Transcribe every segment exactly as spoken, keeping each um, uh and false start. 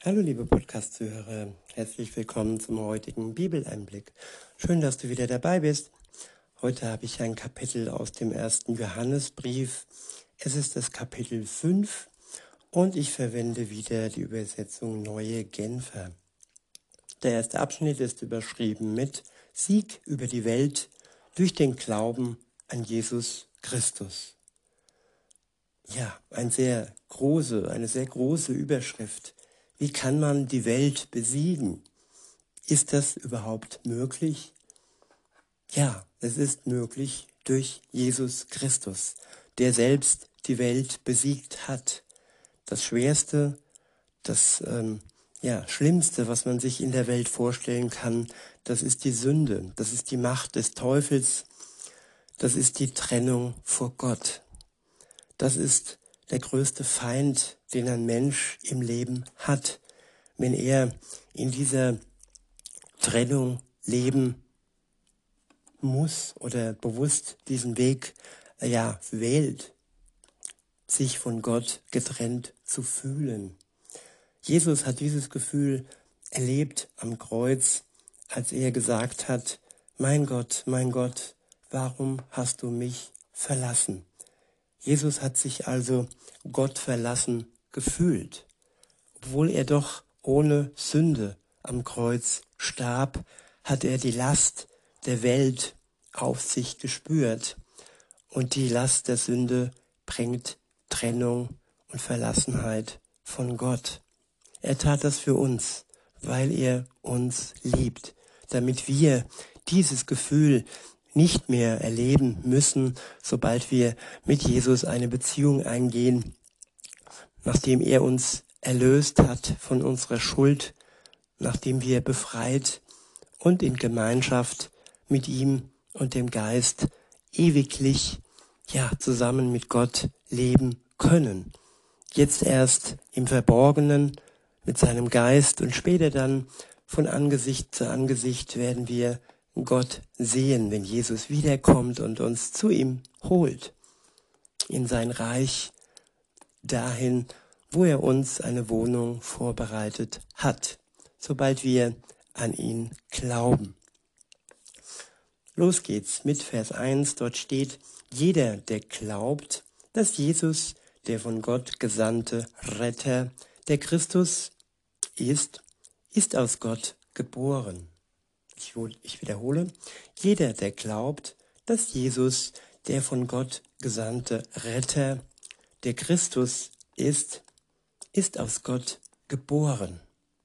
Hallo liebe Podcast-Zuhörer, herzlich willkommen zum heutigen Bibeleinblick. Schön, dass du wieder dabei bist. Heute habe ich ein Kapitel aus dem ersten Johannesbrief. Es ist das Kapitel fünf und ich verwende wieder die Übersetzung Neue Genfer. Der erste Abschnitt ist überschrieben mit Sieg über die Welt durch den Glauben an Jesus Christus. Ja, ein sehr große, eine sehr große Überschrift. Wie kann man die Welt besiegen? Ist das überhaupt möglich? Ja, es ist möglich durch Jesus Christus, der selbst die Welt besiegt hat. Das Schwerste, das ähm, ja, Schlimmste, was man sich in der Welt vorstellen kann, das ist die Sünde, das ist die Macht des Teufels, das ist die Trennung vor Gott. Das ist der größte Feind, den ein Mensch im Leben hat, wenn er in dieser Trennung leben muss oder bewusst diesen Weg äh, ja, wählt, sich von Gott getrennt zu fühlen. Jesus hat dieses Gefühl erlebt am Kreuz, als er gesagt hat, mein Gott, mein Gott, warum hast du mich verlassen? Jesus hat sich also Gott verlassen gefühlt, obwohl er doch ohne Sünde am Kreuz starb, hat er die Last der Welt auf sich gespürt. Und die Last der Sünde bringt Trennung und Verlassenheit von Gott. Er tat das für uns, weil er uns liebt, damit wir dieses Gefühl nicht mehr erleben müssen, sobald wir mit Jesus eine Beziehung eingehen, nachdem er uns erlöst hat von unserer Schuld, nachdem wir befreit und in Gemeinschaft mit ihm und dem Geist ewiglich, ja, zusammen mit Gott leben können. Jetzt erst im Verborgenen mit seinem Geist und später dann von Angesicht zu Angesicht werden wir Gott sehen, wenn Jesus wiederkommt und uns zu ihm holt, in sein Reich, dahin, wo er uns eine Wohnung vorbereitet hat, sobald wir an ihn glauben. Los geht's mit Vers eins, dort steht, jeder, der glaubt, dass Jesus, der von Gott gesandte Retter, der Christus ist, ist aus Gott geboren. Ich, ich wiederhole, jeder, der glaubt, dass Jesus, der von Gott gesandte Retter, der Christus ist, ist aus Gott geboren.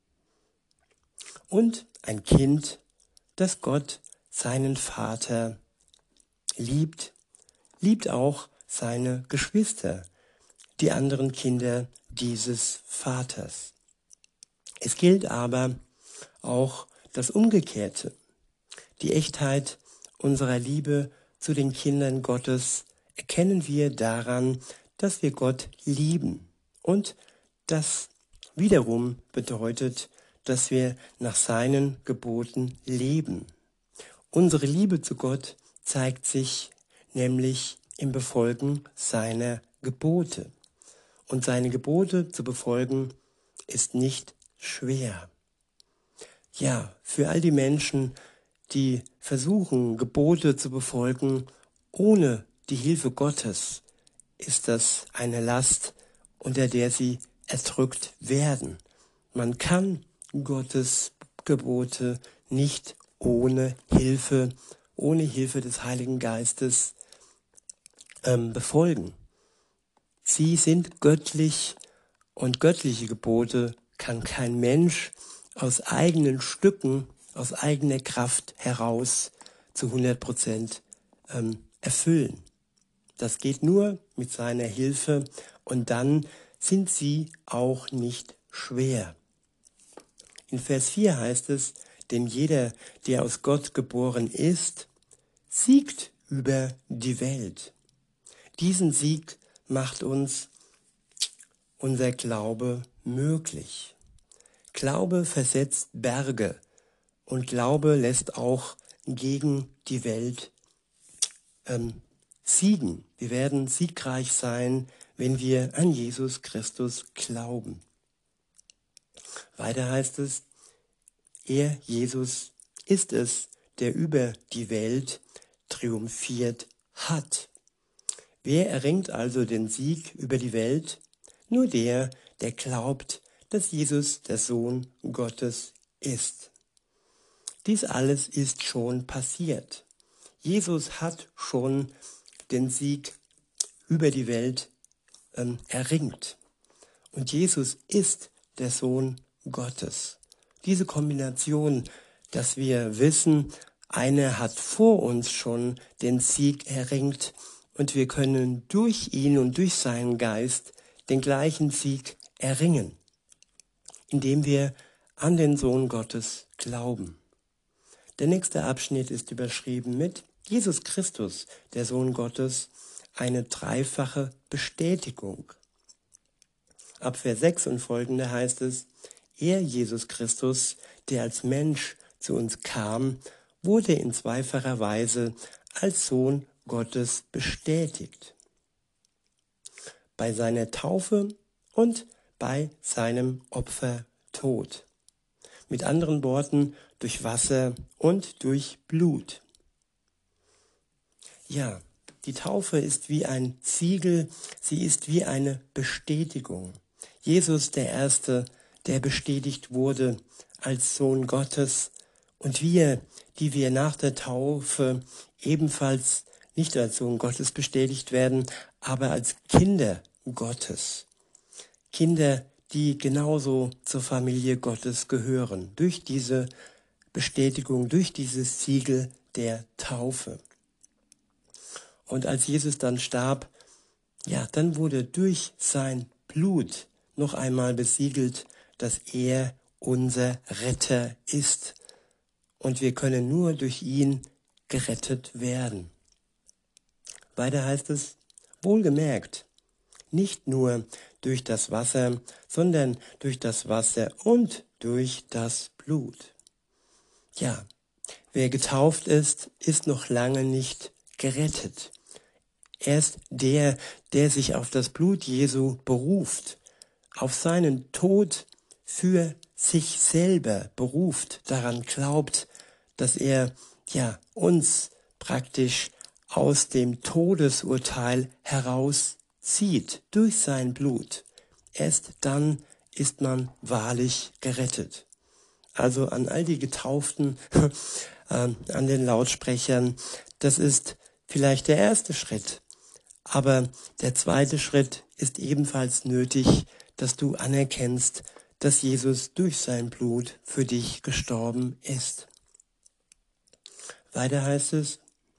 Und ein Kind, das Gott, seinen Vater, liebt, liebt auch seine Geschwister, die anderen Kinder dieses Vaters. Es gilt aber auch das Umgekehrte. Die Echtheit unserer Liebe zu den Kindern Gottes erkennen wir daran, dass wir Gott lieben. Und das wiederum bedeutet, dass wir nach seinen Geboten leben. Unsere Liebe zu Gott zeigt sich nämlich im Befolgen seiner Gebote. Und seine Gebote zu befolgen ist nicht schwer. Ja, für all die Menschen, die versuchen, Gebote zu befolgen, ohne die Hilfe Gottes, ist das eine Last, unter der sie erdrückt werden. Man kann Gottes Gebote nicht ohne Hilfe, ohne Hilfe des Heiligen Geistes ähm, befolgen. Sie sind göttlich und göttliche Gebote kann kein Mensch aus eigenen Stücken, aus eigener Kraft heraus zu hundert Prozent ähm, erfüllen. Das geht nur mit seiner Hilfe und dann sind sie auch nicht schwer. In Vers vier heißt es, denn jeder, der aus Gott geboren ist, siegt über die Welt. Diesen Sieg macht uns unser Glaube möglich. Glaube versetzt Berge und Glaube lässt auch gegen die Welt ähm, siegen. Wir werden siegreich sein, wenn wir an Jesus Christus glauben. Weiter heißt es, er, Jesus, ist es, der über die Welt triumphiert hat. Wer erringt also den Sieg über die Welt? Nur der, der glaubt, dass Jesus der Sohn Gottes ist. Dies alles ist schon passiert. Jesus hat schon den Sieg über die Welt ähm, erringt. Und Jesus ist der Sohn Gottes. Diese Kombination, dass wir wissen, einer hat vor uns schon den Sieg erringt und wir können durch ihn und durch seinen Geist den gleichen Sieg erringen, indem wir an den Sohn Gottes glauben. Der nächste Abschnitt ist überschrieben mit Jesus Christus, der Sohn Gottes, eine dreifache Bestätigung. Ab Vers sechs und folgende heißt es, er, Jesus Christus, der als Mensch zu uns kam, wurde in zweifacher Weise als Sohn Gottes bestätigt. Bei seiner Taufe und bei seinem Opfertod. Mit anderen Worten, durch Wasser und durch Blut. Ja, die Taufe ist wie ein Siegel, sie ist wie eine Bestätigung. Jesus, der Erste, der bestätigt wurde als Sohn Gottes, und wir, die wir nach der Taufe ebenfalls nicht als Sohn Gottes bestätigt werden, aber als Kinder Gottes. Kinder, die genauso zur Familie Gottes gehören, durch diese Bestätigung, durch dieses Siegel der Taufe. Und als Jesus dann starb, ja, dann wurde durch sein Blut noch einmal besiegelt, dass er unser Retter ist. Und wir können nur durch ihn gerettet werden. Weiter heißt es, wohlgemerkt, nicht nur durch das Wasser, sondern durch das Wasser und durch das Blut. Ja, wer getauft ist, ist noch lange nicht gerettet. Erst der, der sich auf das Blut Jesu beruft, auf seinen Tod für sich selber beruft, daran glaubt, dass er ja uns praktisch aus dem Todesurteil herauszieht durch sein Blut. Erst dann ist man wahrlich gerettet. Also an all die Getauften, äh, an den Lautsprechern, das ist vielleicht der erste Schritt. Aber der zweite Schritt ist ebenfalls nötig, dass du anerkennst, dass Jesus durch sein Blut für dich gestorben ist. Weiter heißt es,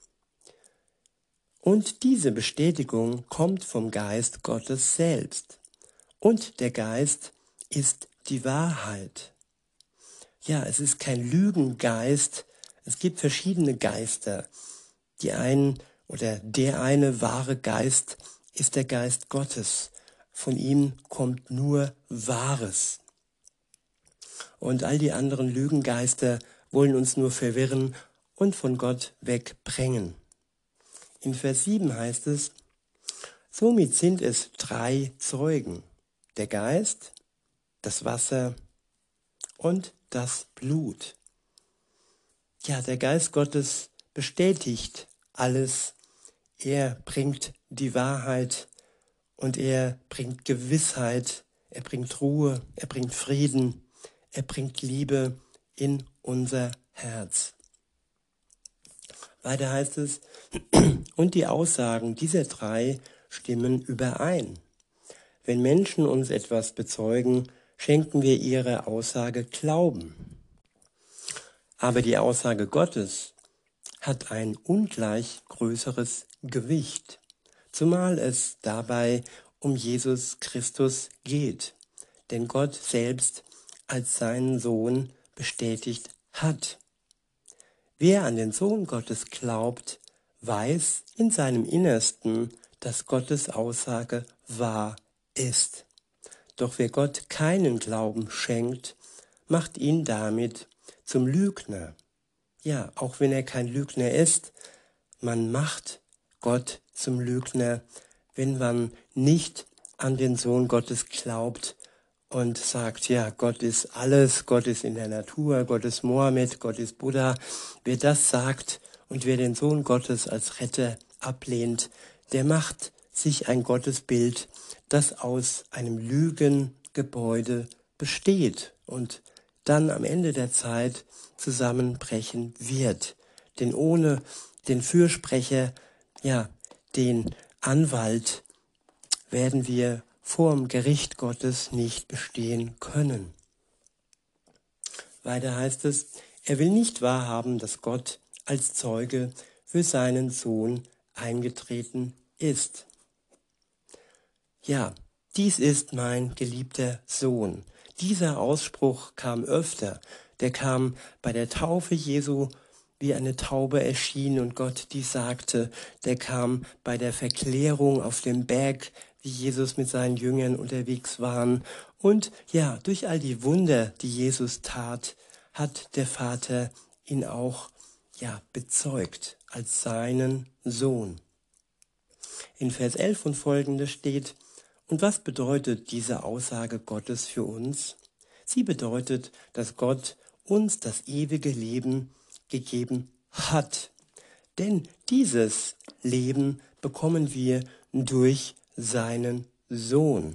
und diese Bestätigung kommt vom Geist Gottes selbst. Und der Geist ist die Wahrheit. Ja, es ist kein Lügengeist. Es gibt verschiedene Geister. Die einen oder der eine wahre Geist ist der Geist Gottes. Von ihm kommt nur Wahres. Und all die anderen Lügengeister wollen uns nur verwirren und von Gott wegbringen. In Vers sieben heißt es, somit sind es drei Zeugen, der Geist, das Wasser und das Blut. Ja, der Geist Gottes bestätigt alles. Er bringt die Wahrheit und er bringt Gewissheit, er bringt Ruhe, er bringt Frieden, er bringt Liebe in unser Herz. Weiter heißt es, und die Aussagen dieser drei stimmen überein. Wenn Menschen uns etwas bezeugen, schenken wir ihrer Aussage Glauben. Aber die Aussage Gottes hat ein ungleich größeres Gewicht, zumal es dabei um Jesus Christus geht, den Gott selbst als seinen Sohn bestätigt hat. Wer an den Sohn Gottes glaubt, weiß in seinem Innersten, dass Gottes Aussage wahr ist. Doch wer Gott keinen Glauben schenkt, macht ihn damit zum Lügner. Ja, auch wenn er kein Lügner ist, man macht Gott zum Lügner, wenn man nicht an den Sohn Gottes glaubt und sagt, ja, Gott ist alles, Gott ist in der Natur, Gott ist Mohammed, Gott ist Buddha. Wer das sagt und wer den Sohn Gottes als Retter ablehnt, der macht sich ein Gottesbild, das aus einem Lügengebäude besteht und dann am Ende der Zeit zusammenbrechen wird. Denn ohne den Fürsprecher, ja, den Anwalt, werden wir vor dem Gericht Gottes nicht bestehen können. Weiter heißt es, er will nicht wahrhaben, dass Gott als Zeuge für seinen Sohn eingetreten ist. Ja, dies ist mein geliebter Sohn. Dieser Ausspruch kam öfter. Der kam bei der Taufe Jesu, wie eine Taube erschien und Gott dies sagte. Der kam bei der Verklärung auf dem Berg, wie Jesus mit seinen Jüngern unterwegs waren. Und ja, durch all die Wunder, die Jesus tat, hat der Vater ihn auch ja bezeugt als seinen Sohn. In Vers elf und folgende steht: Und was bedeutet diese Aussage Gottes für uns? Sie bedeutet, dass Gott uns das ewige Leben gegeben hat. Denn dieses Leben bekommen wir durch seinen Sohn.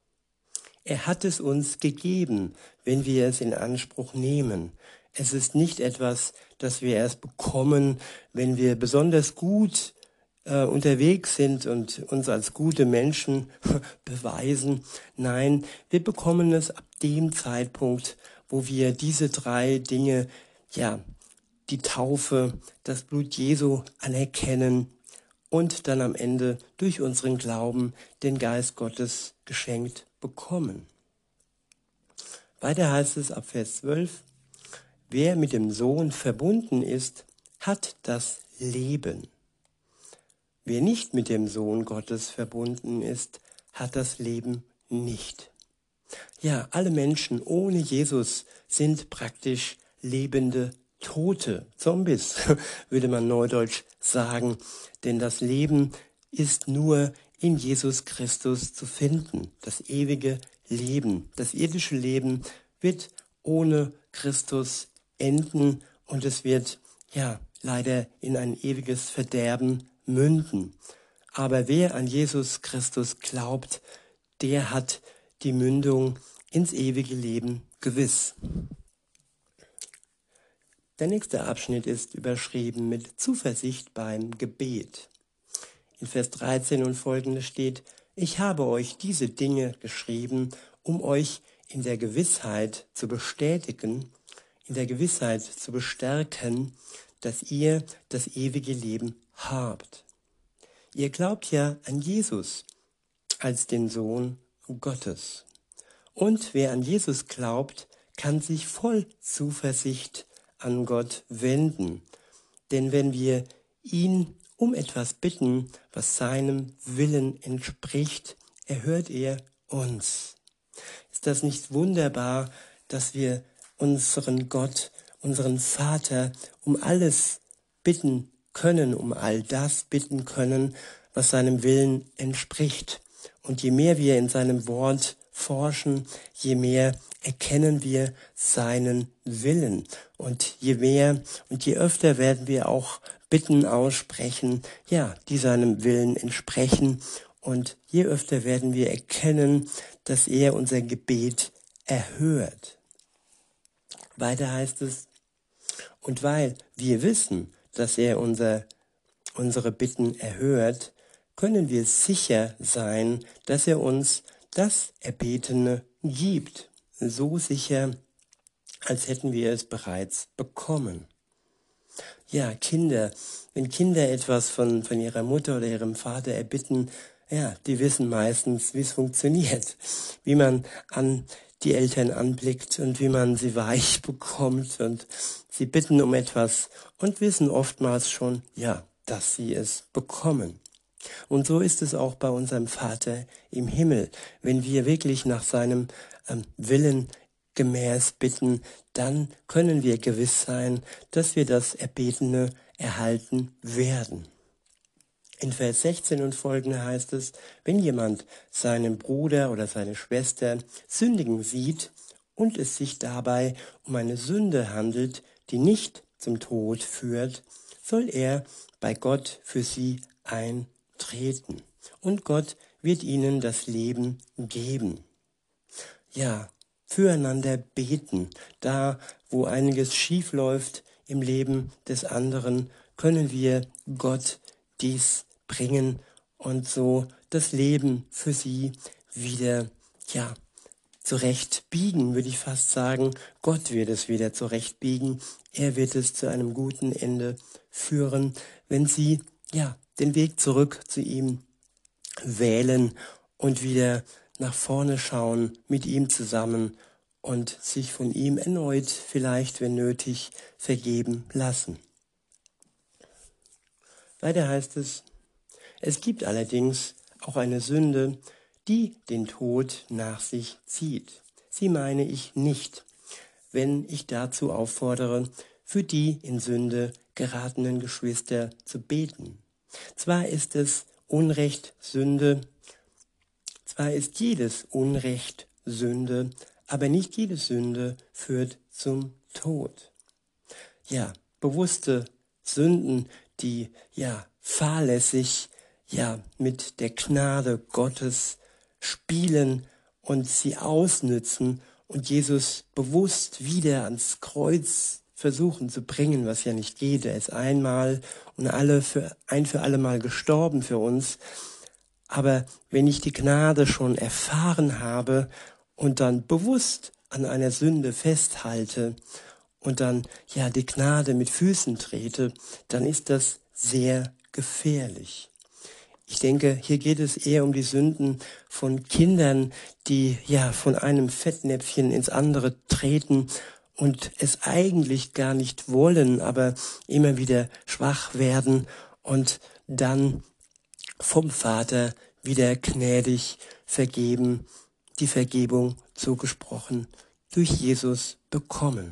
Er hat es uns gegeben, wenn wir es in Anspruch nehmen. Es ist nicht etwas, das wir erst bekommen, wenn wir besonders gut äh, unterwegs sind und uns als gute Menschen beweisen. Nein, wir bekommen es ab dem Zeitpunkt, wo wir diese drei Dinge, ja, die Taufe, das Blut Jesu anerkennen und dann am Ende durch unseren Glauben den Geist Gottes geschenkt bekommen. Weiter heißt es ab Vers zwölf, wer mit dem Sohn verbunden ist, hat das Leben. Wer nicht mit dem Sohn Gottes verbunden ist, hat das Leben nicht. Ja, alle Menschen ohne Jesus sind praktisch lebende Tote, Zombies, würde man neudeutsch sagen. Denn das Leben ist nur in Jesus Christus zu finden. Das ewige Leben, das irdische Leben wird ohne Christus enden und es wird ja leider in ein ewiges Verderben münden. Aber wer an Jesus Christus glaubt, der hat die Mündung ins ewige Leben gewiss. Der nächste Abschnitt ist überschrieben mit Zuversicht beim Gebet. In Vers dreizehn und folgende steht, ich habe euch diese Dinge geschrieben, um euch in der Gewissheit zu bestätigen, in der Gewissheit zu bestärken, dass ihr das ewige Leben habt. Ihr glaubt ja an Jesus als den Sohn Gottes. Und wer an Jesus glaubt, kann sich voll Zuversicht an Gott wenden. Denn wenn wir ihn um etwas bitten, was seinem Willen entspricht, erhört er uns. Ist das nicht wunderbar, dass wir unseren Gott, unseren Vater um alles bitten können, um all das bitten können, was seinem Willen entspricht? Und je mehr wir in seinem Wort forschen, je mehr erkennen wir seinen Willen. Und je mehr und je öfter werden wir auch Bitten aussprechen, ja, die seinem Willen entsprechen. Und je öfter werden wir erkennen, dass er unser Gebet erhört. Weiter heißt es, und weil wir wissen, dass er unser, unsere Bitten erhört, können wir sicher sein, dass er uns das Erbetene gibt. So sicher, als hätten wir es bereits bekommen. Ja, Kinder, wenn Kinder etwas von, von ihrer Mutter oder ihrem Vater erbitten, ja, die wissen meistens, wie es funktioniert, wie man an die Eltern anblickt und wie man sie weich bekommt, und sie bitten um etwas und wissen oftmals schon, ja, dass sie es bekommen. Und so ist es auch bei unserem Vater im Himmel. Wenn wir wirklich nach seinem ähm, Willen gemäß bitten, dann können wir gewiss sein, dass wir das Erbetene erhalten werden. In Vers sechzehn und folgende heißt es, wenn jemand seinen Bruder oder seine Schwester sündigen sieht und es sich dabei um eine Sünde handelt, die nicht zum Tod führt, soll er bei Gott für sie eintreten. Und Gott wird ihnen das Leben geben. Ja, füreinander beten. Da, wo einiges schief läuft im Leben des anderen, können wir Gott dies bringen und so das Leben für sie wieder, ja, zurechtbiegen, würde ich fast sagen. Gott wird es wieder zurechtbiegen. Er wird es zu einem guten Ende führen, wenn sie, ja, den Weg zurück zu ihm wählen und wieder nach vorne schauen mit ihm zusammen und sich von ihm erneut, vielleicht wenn nötig, vergeben lassen. Weiter heißt es, es gibt allerdings auch eine Sünde, die den Tod nach sich zieht. Sie meine ich nicht, wenn ich dazu auffordere, für die in Sünde geratenen Geschwister zu beten. Zwar ist es Unrecht Sünde, zwar ist jedes Unrecht Sünde, aber nicht jede Sünde führt zum Tod. Ja, bewusste Sünden, die ja fahrlässig ja mit der Gnade Gottes spielen und sie ausnützen und Jesus bewusst wieder ans Kreuz versuchen zu bringen, was ja nicht geht. Er ist einmal und alle für ein für alle Mal gestorben für uns. Aber wenn ich die Gnade schon erfahren habe und dann bewusst an einer Sünde festhalte und dann ja die Gnade mit Füßen trete, dann ist das sehr gefährlich. Ich denke, hier geht es eher um die Sünden von Kindern, die ja von einem Fettnäpfchen ins andere treten und es eigentlich gar nicht wollen, aber immer wieder schwach werden und dann vom Vater wieder gnädig vergeben, die Vergebung zugesprochen durch Jesus bekommen.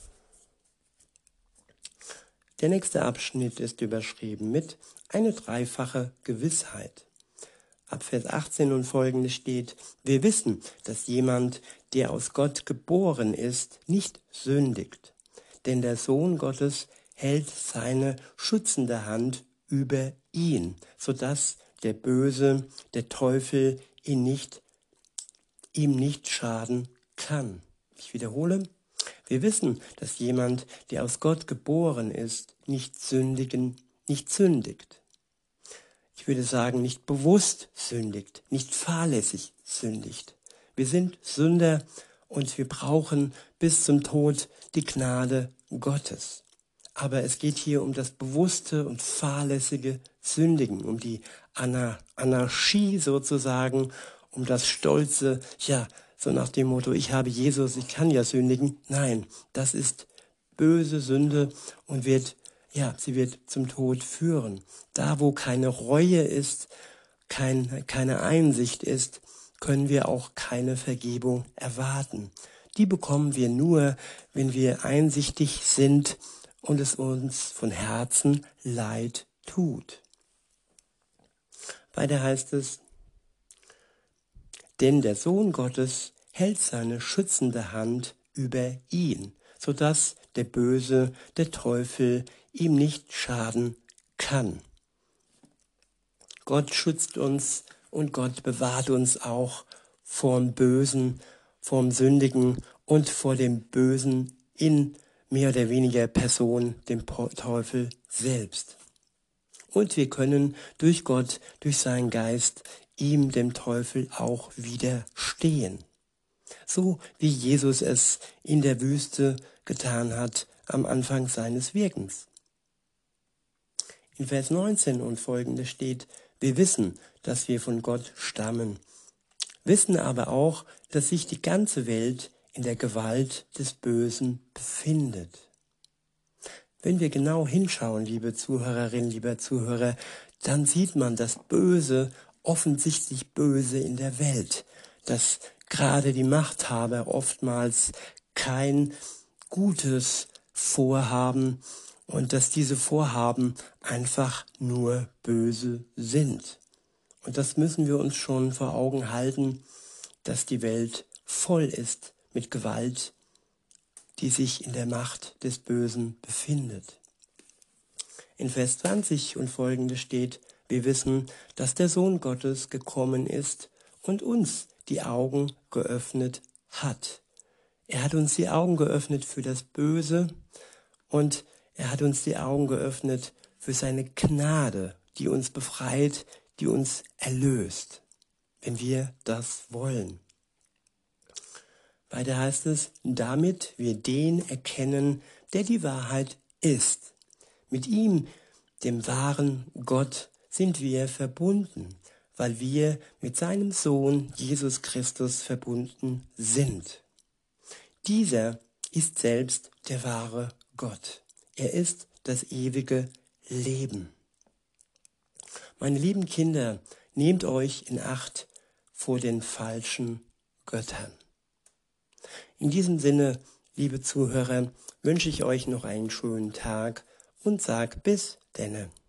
Der nächste Abschnitt ist überschrieben mit eine dreifache Gewissheit. Ab Vers achtzehn und folgende steht, wir wissen, dass jemand, der aus Gott geboren ist, nicht sündigt. Denn der Sohn Gottes hält seine schützende Hand über ihn, sodass der Böse, der Teufel, ihn nicht, ihm nicht schaden kann. Ich wiederhole, wir wissen, dass jemand, der aus Gott geboren ist, nicht sündigen, nicht sündigt. Ich würde sagen, nicht bewusst sündigt, nicht fahrlässig sündigt. Wir sind Sünder und wir brauchen bis zum Tod die Gnade Gottes. Aber es geht hier um das bewusste und fahrlässige Sündigen, um die Anar- Anarchie sozusagen, um das stolze, ja, so nach dem Motto, ich habe Jesus, ich kann ja sündigen. Nein, das ist böse Sünde und wird, ja, sie wird zum Tod führen. Da, wo keine Reue ist, kein, keine Einsicht ist, können wir auch keine Vergebung erwarten. Die bekommen wir nur, wenn wir einsichtig sind und es uns von Herzen leid tut. Weiter heißt es, denn der Sohn Gottes hält seine schützende Hand über ihn, sodass der Böse, der Teufel, ihm nicht schaden kann. Gott schützt uns und Gott bewahrt uns auch vorm Bösen, vorm Sündigen und vor dem Bösen in mehr oder weniger Person, dem Teufel selbst. Und wir können durch Gott, durch seinen Geist, ihm, dem Teufel, auch widerstehen. So wie Jesus es in der Wüste getan hat am Anfang seines Wirkens. In Vers neunzehn und folgende steht, wir wissen, dass wir von Gott stammen, wissen aber auch, dass sich die ganze Welt in der Gewalt des Bösen befindet. Wenn wir genau hinschauen, liebe Zuhörerinnen, lieber Zuhörer, dann sieht man das Böse, offensichtlich Böse in der Welt, dass gerade die Machthaber oftmals kein Gutes vorhaben und dass diese Vorhaben einfach nur böse sind. Und das müssen wir uns schon vor Augen halten, dass die Welt voll ist mit Gewalt, die sich in der Macht des Bösen befindet. In Vers zwanzig und folgende steht: Wir wissen, dass der Sohn Gottes gekommen ist und uns die Augen geöffnet hat. Er hat uns die Augen geöffnet für das Böse und er hat uns die Augen geöffnet für seine Gnade, die uns befreit, die uns erlöst, wenn wir das wollen. Weiter heißt es, damit wir den erkennen, der die Wahrheit ist. Mit ihm, dem wahren Gott, sind wir verbunden, weil wir mit seinem Sohn Jesus Christus verbunden sind. Dieser ist selbst der wahre Gott. Er ist das ewige Leben. Meine lieben Kinder, nehmt euch in Acht vor den falschen Göttern. In diesem Sinne, liebe Zuhörer, wünsche ich euch noch einen schönen Tag und sag bis denne.